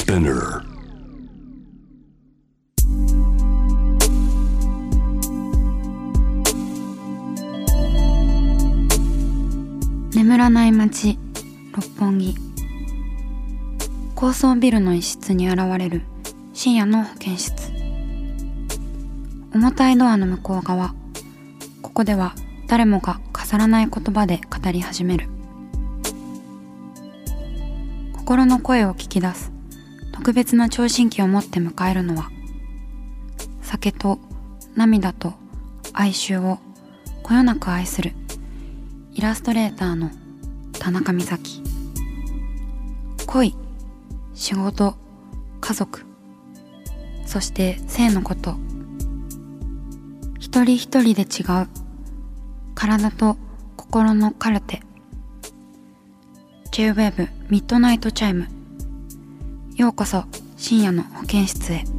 Spinner. 眠らない街六本木。高層ビルの一室に現れる深夜の保健室。重たいドアの向こう側、ここでは誰もが飾らない言葉で語り始める。心の声を聞き出す特別な聴診器を持って迎えるのは、酒と涙と哀愁をこよなく愛するイラストレーターの田中美咲。恋、仕事、家族、そして性のこと、一人一人で違う体と心のカルテ。 J-WAVE ミッドナイトチャイム。ようこそ深夜の保健室へ。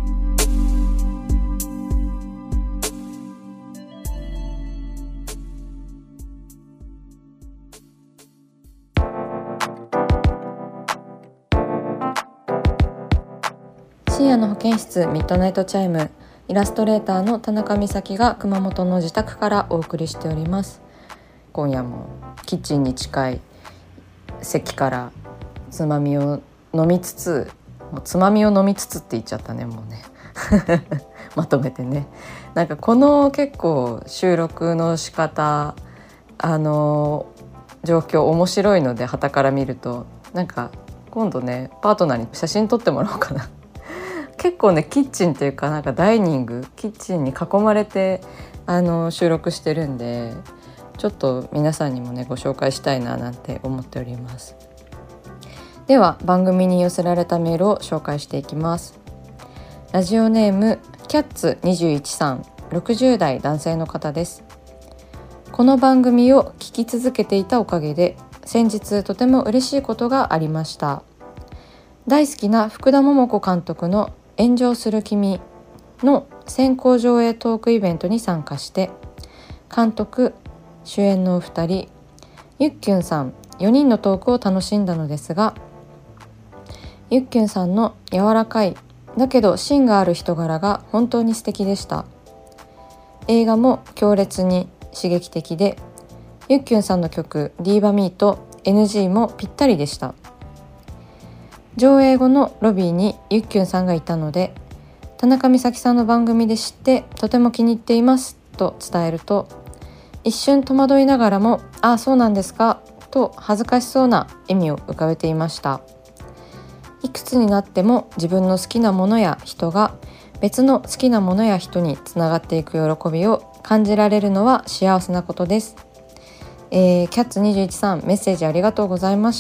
深夜の保健室ミッドナイトチャイム。イラストレーターの田中美咲が熊本の自宅からお送りしております。今夜もキッチンに近い席からつまみを飲みつつ、もうつまみを飲みつつって言っちゃったね、もうねまとめてね。なんかこの結構収録の仕方状況面白いので、傍から見るとなんか今度ねパートナーに写真撮ってもらおうかな結構ねキッチンっていうか、なんかダイニングキッチンに囲まれて収録してるんで、ちょっと皆さんにもねご紹介したいななんて思っております。では番組に寄せられたメールを紹介していきます。ラジオネームキャッツ21さん、60代男性の方です。この番組を聞き続けていたおかげで先日とても嬉しいことがありました。大好きな福田桃子監督の炎上する君の先行上映トークイベントに参加して、監督主演のお二人ゆっきゅんさん4人のトークを楽しんだのですが、ゆっきゅんさんの柔らかいだけど芯がある人柄が本当に素敵でした。映画も強烈に刺激的で、ゆっきゅんさんの曲ディーバミーと NG もぴったりでした。上映後のロビーにゆっきゅんさんがいたので、田中美咲さんの番組で知ってとても気に入っていますと伝えると、一瞬戸惑いながらもああそうなんですかと恥ずかしそうな笑みを浮かべていました。いくつになっても自分の好きなものや人が別の好きなものや人につながっていく喜びを感じられるのは幸せなことです。キャッツ21さん、メッセージありがとうございました。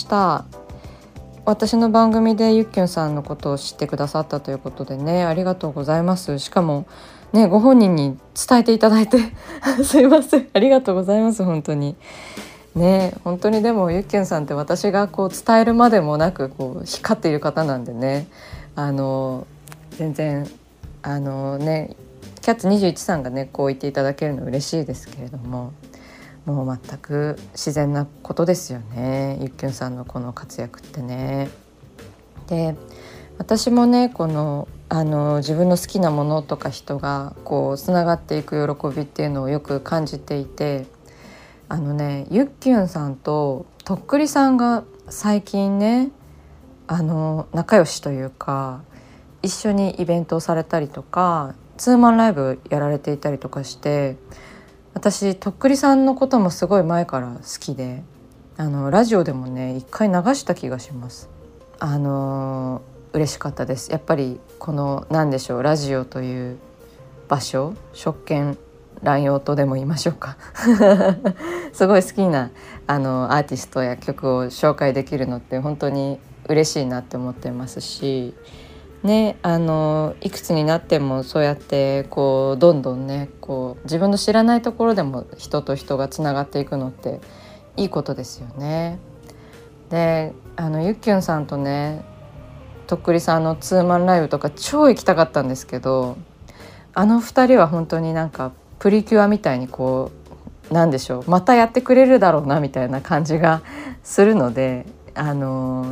私の番組でゆっきゅんさんのことを知ってくださったということでね、ありがとうございます。しかもね、ご本人に伝えていただいてすいません、ありがとうございます。本当にね、本当にでもゆっきゅんさんって私がこう伝えるまでもなくこう光っている方なんでね、全然ね、キャッツ21さんがねこう言っていただけるの嬉しいですけれども、もう全く自然なことですよね、ゆっきゅんさんのこの活躍ってね。で、私もねこの自分の好きなものとか人がこうつながっていく喜びっていうのをよく感じていて、ゆっきゅんさんととっくりさんが最近ね仲良しというか、一緒にイベントをされたりとかツーマンライブやられていたりとかして、私とっくりさんのこともすごい前から好きで、ラジオでもね一回流した気がします。嬉しかったです。やっぱりこの何でしょう、ラジオという場所、職権乱用とでも言いましょうかすごい好きなアーティストや曲を紹介できるのって本当に嬉しいなって思ってますしね、いくつになってもそうやってこうどんどんねこう自分の知らないところでも人と人がつながっていくのっていいことですよね。で、ゆっきゅんさんとねとっくりさんのツーマンライブとか超行きたかったんですけど、二人は本当になんかプリキュアみたいにこうなんでしょう、またやってくれるだろうなみたいな感じがするので、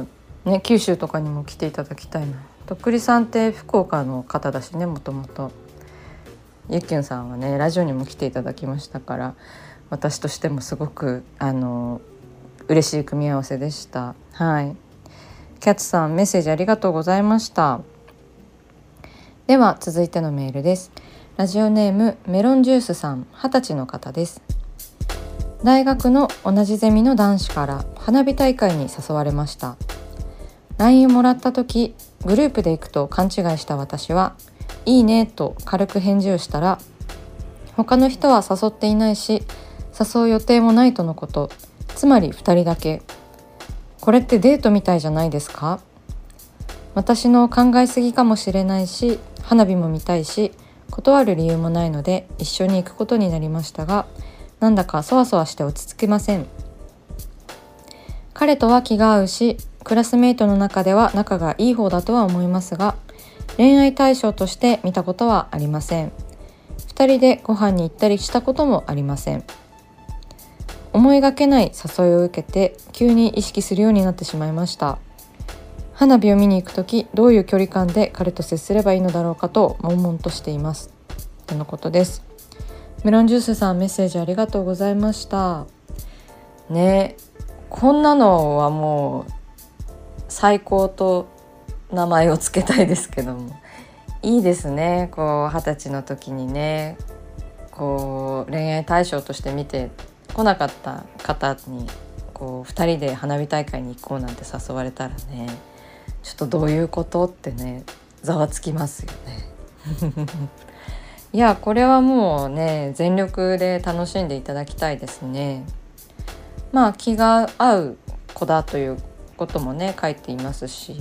ね、九州とかにも来ていただきたいな。とっくりさんって福岡の方だしね、もともと。ゆっきゅんさんはねラジオにも来ていただきましたから、私としてもすごく嬉しい組み合わせでした。はい、キャッツさんメッセージありがとうございました。では続いてのメールです。ラジオネームメロンジュースさん、20歳の方です。大学の同じゼミの男子から花火大会に誘われました。 LINE をもらった時、グループで行くと勘違いした私は、いいねと軽く返事をしたら、他の人は誘っていないし誘う予定もないとのこと。つまり2人だけ。これってデートみたいじゃないですか？私の考えすぎかもしれないし、花火も見たいし、断る理由もないので一緒に行くことになりましたが、なんだかそわそわして落ち着きません。彼とは気が合うし、クラスメイトの中では仲がいい方だとは思いますが、恋愛対象として見たことはありません。2人でご飯に行ったりしたこともありません。思いがけない誘いを受けて急に意識するようになってしまいました。花火を見に行くとき、どういう距離感で彼と接すればいいのだろうかと悶々としています、とのことです。メロンジュースさん、メッセージありがとうございましたね。こんなのはもう最高と名前をつけたいですけども、いいですね。こう20歳の時にね、こう恋愛対象として見てこなかった方にこう2人で花火大会に行こうなんて誘われたらね、ちょっとどういうことってね、ざわつきますよねいや、これはもうね全力で楽しんでいただきたいですね。まあ気が合う子だということもね書いていますし、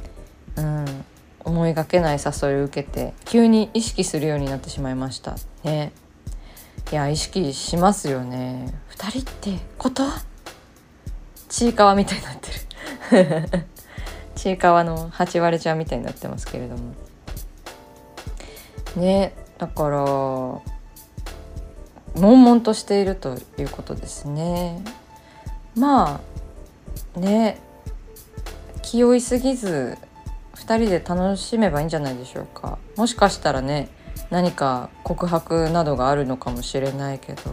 思いがけない誘いを受けて急に意識するようになってしまいましたね。いや、意識しますよね。2人ってことはちいかわみたいになってるちいかわの8割ちゃんみたいになってますけれどもね。だから悶々としているということですね。まあね、気負いすぎず2人で楽しめばいいんじゃないでしょうか。もしかしたらね、何か告白などがあるのかもしれないけど、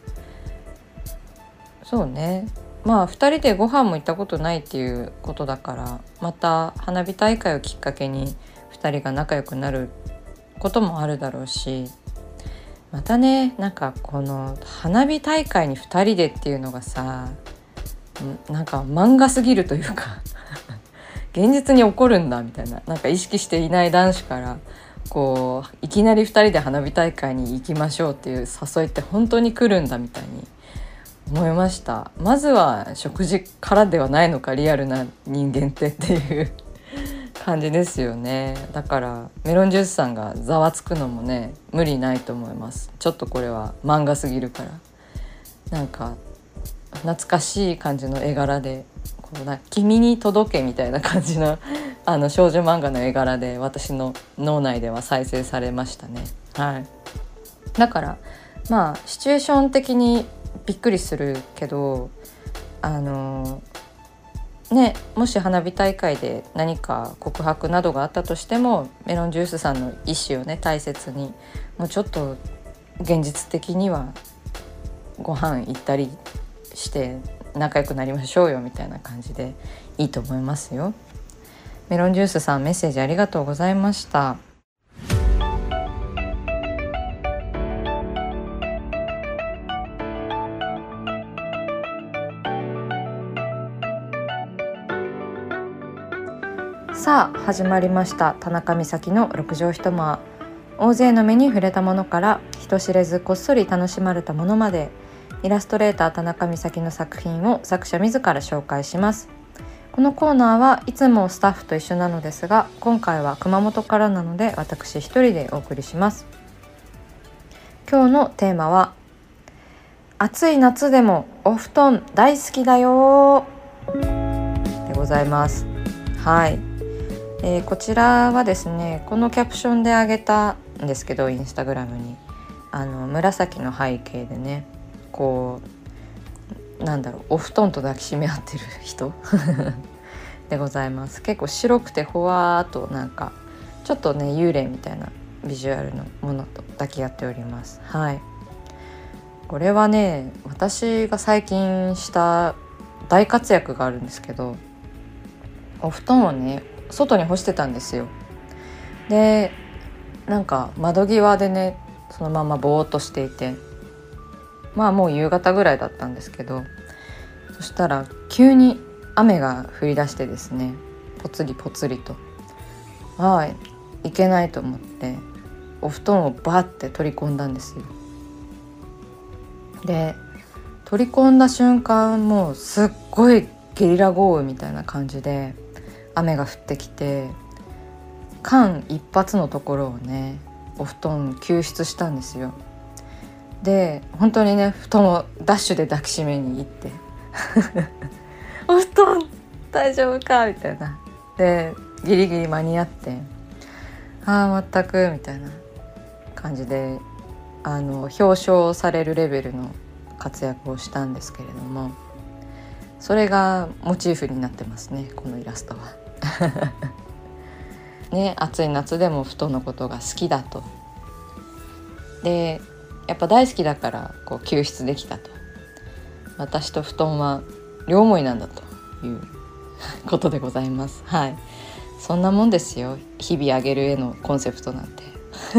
そうね、まあ2人でご飯も行ったことないっていうことだから、また花火大会をきっかけに2人が仲良くなることもあるだろうし、またね、なんかこの花火大会に2人でっていうのがさ、なんか漫画すぎるというか現実に起こるんだみたいな、なんか意識していない男子からこういきなり2人で花火大会に行きましょうっていう誘いって本当に来るんだみたいに思いました。まずは食事からではないのか、リアルな人間っていう感じですよね。だからメロンジュースさんがざわつくのもね無理ないと思います。ちょっとこれは漫画すぎるから、なんか懐かしい感じの絵柄で、こう君に届けみたいな感じの少女漫画の絵柄で私の脳内では再生されましたね。はい。だからまあシチュエーション的にびっくりするけど、ね、もし花火大会で何か告白などがあったとしても、メロンジュースさんの意思をね大切に、もうちょっと現実的にはご飯行ったりして仲良くなりましょうよみたいな感じでいいと思いますよ。メロンジュースさん、メッセージありがとうございました。さあ始まりました、田中美咲の6畳一間。大勢の目に触れたものから人知れずこっそり楽しまれたものまで、イラストレーター田中美咲の作品を作者自ら紹介します。このコーナーはいつもスタッフと一緒なのですが、今回は熊本からなので私一人でお送りします。今日のテーマは、暑い夏でもお布団大好きだよでございます。はい、こちらはですね、このキャプションであげたんですけど、インスタグラムに紫の背景でね、こうなんだろう、お布団と抱きしめ合ってる人でございます。結構白くてほわーっとなんかちょっとね幽霊みたいなビジュアルのものと抱き合っております。はい、これはね私が最近した大活躍があるんですけど、お布団をね外に干してたんですよ。でなんか窓際でねそのままぼーっとしていて、まあもう夕方ぐらいだったんですけど、そしたら急に雨が降り出してですね、ぽつりぽつりと、いけないと思ってお布団をバーって取り込んだんですよ。で取り込んだ瞬間もうすっごいゲリラ豪雨みたいな感じで雨が降ってきて、間一髪のところをねお布団救出したんですよ。で本当にね布団をダッシュで抱きしめに行ってお布団大丈夫かみたいなでギリギリ間に合って、全くみたいな感じで表彰されるレベルの活躍をしたんですけれども、それがモチーフになってますね、このイラストはね、暑い夏でも布団のことが好きだと、でやっぱ大好きだからこう救出できたと、私と布団は両思いなんだということでございます。はい、そんなもんですよ、日々あげる絵のコンセプトなんて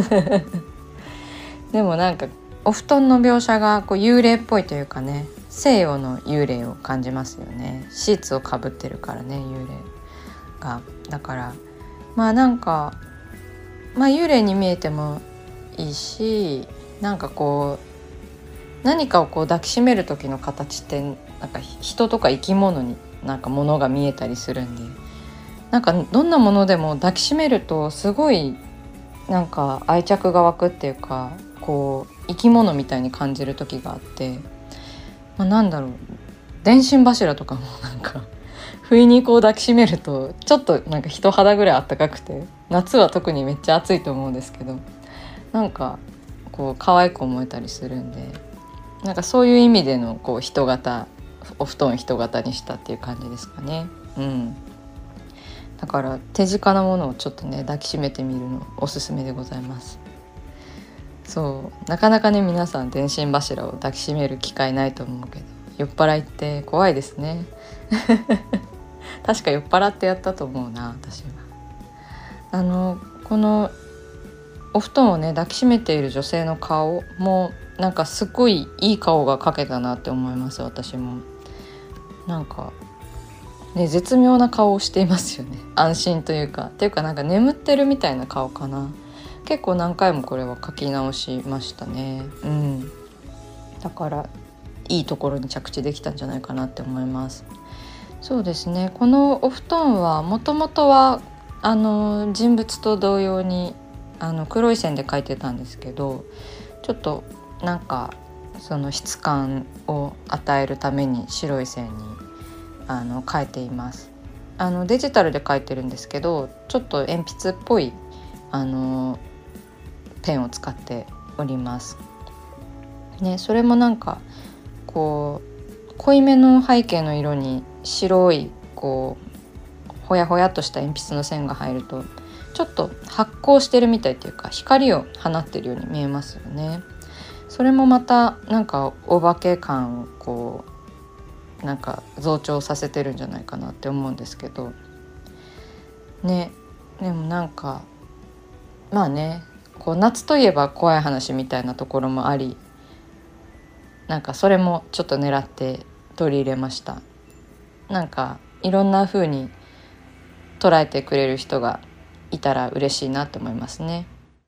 でもなんかお布団の描写がこう幽霊っぽいというかね、西洋の幽霊を感じますよね。シーツをかぶってるからね、幽霊が。だからなんか幽霊に見えてもいいし、なんかこう何かをこう抱きしめる時の形ってなんか人とか生き物になんか物が見えたりするんで、なんかどんなものでも抱きしめるとすごいなんか愛着が湧くっていうか、こう生き物みたいに感じる時があって、なんだろう、電信柱とかもなんか不意にこう抱きしめるとちょっとなんか人肌ぐらい暖かくて、夏は特にめっちゃ暑いと思うんですけど、なんかこう可愛く思えたりするんで、なんかそういう意味でのこう人型、お布団人型にしたっていう感じですかね。だから手近なものをちょっとね抱きしめてみるのおすすめでございます。そうなかなかね皆さん電信柱を抱きしめる機会ないと思うけど、酔っ払いって怖いですね確か酔っ払ってやったと思うな、私は。このお布団をね抱きしめている女性の顔もなんかすごいいい顔が描けたなって思います。私もなんかね絶妙な顔をしていますよね。安心というかなんか眠ってるみたいな顔かな。結構何回もこれは描き直しましたね。だからいいところに着地できたんじゃないかなって思います。そうですね、このお布団はもともとは人物と同様に黒い線で描いてたんですけど、ちょっとなんかその質感を与えるために白い線に描いています。デジタルで描いてるんですけど、ちょっと鉛筆っぽいペンを使っておりますね。それもなんかこう濃いめの背景の色に白いこうほやほやっとした鉛筆の線が入るとちょっと発光してるみたいというか光を放ってるように見えますよね。それもまたなんかお化け感をこうなんか増長させてるんじゃないかなって思うんですけどね。でもなんかこう夏といえば怖い話みたいなところもあり、なんかそれもちょっと狙って取り入れました。なんかいろんな風に捉えてくれる人がいたら嬉しいなと思いますね。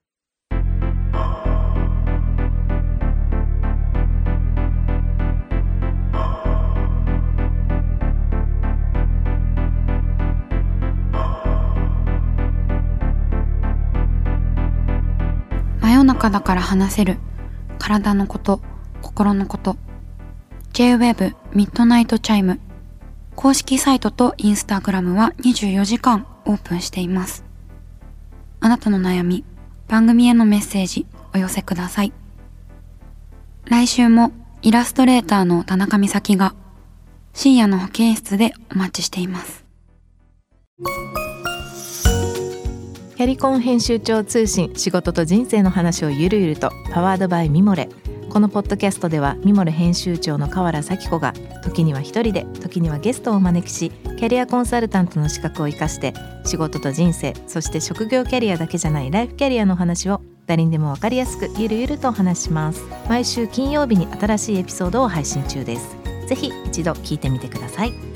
真夜中だから話せる体のこと、心のこと。 J-Web ミッドナイトチャイム公式サイトとインスタグラムは24時間オープンしています。あなたの悩み、番組へのメッセージお寄せください。来週もイラストレーターの田中美咲が深夜の保健室でお待ちしています。 キャリコン編集長通信、仕事と人生の話をゆるゆると、パワードバイミモレ。このポッドキャストではミモレ編集長の河原咲子が時には一人で、時にはゲストをお招きし、キャリアコンサルタントの資格を生かして仕事と人生、そして職業キャリアだけじゃないライフキャリアの話を誰にでも分かりやすくゆるゆるとお話します。毎週金曜日に新しいエピソードを配信中です。ぜひ一度聞いてみてください。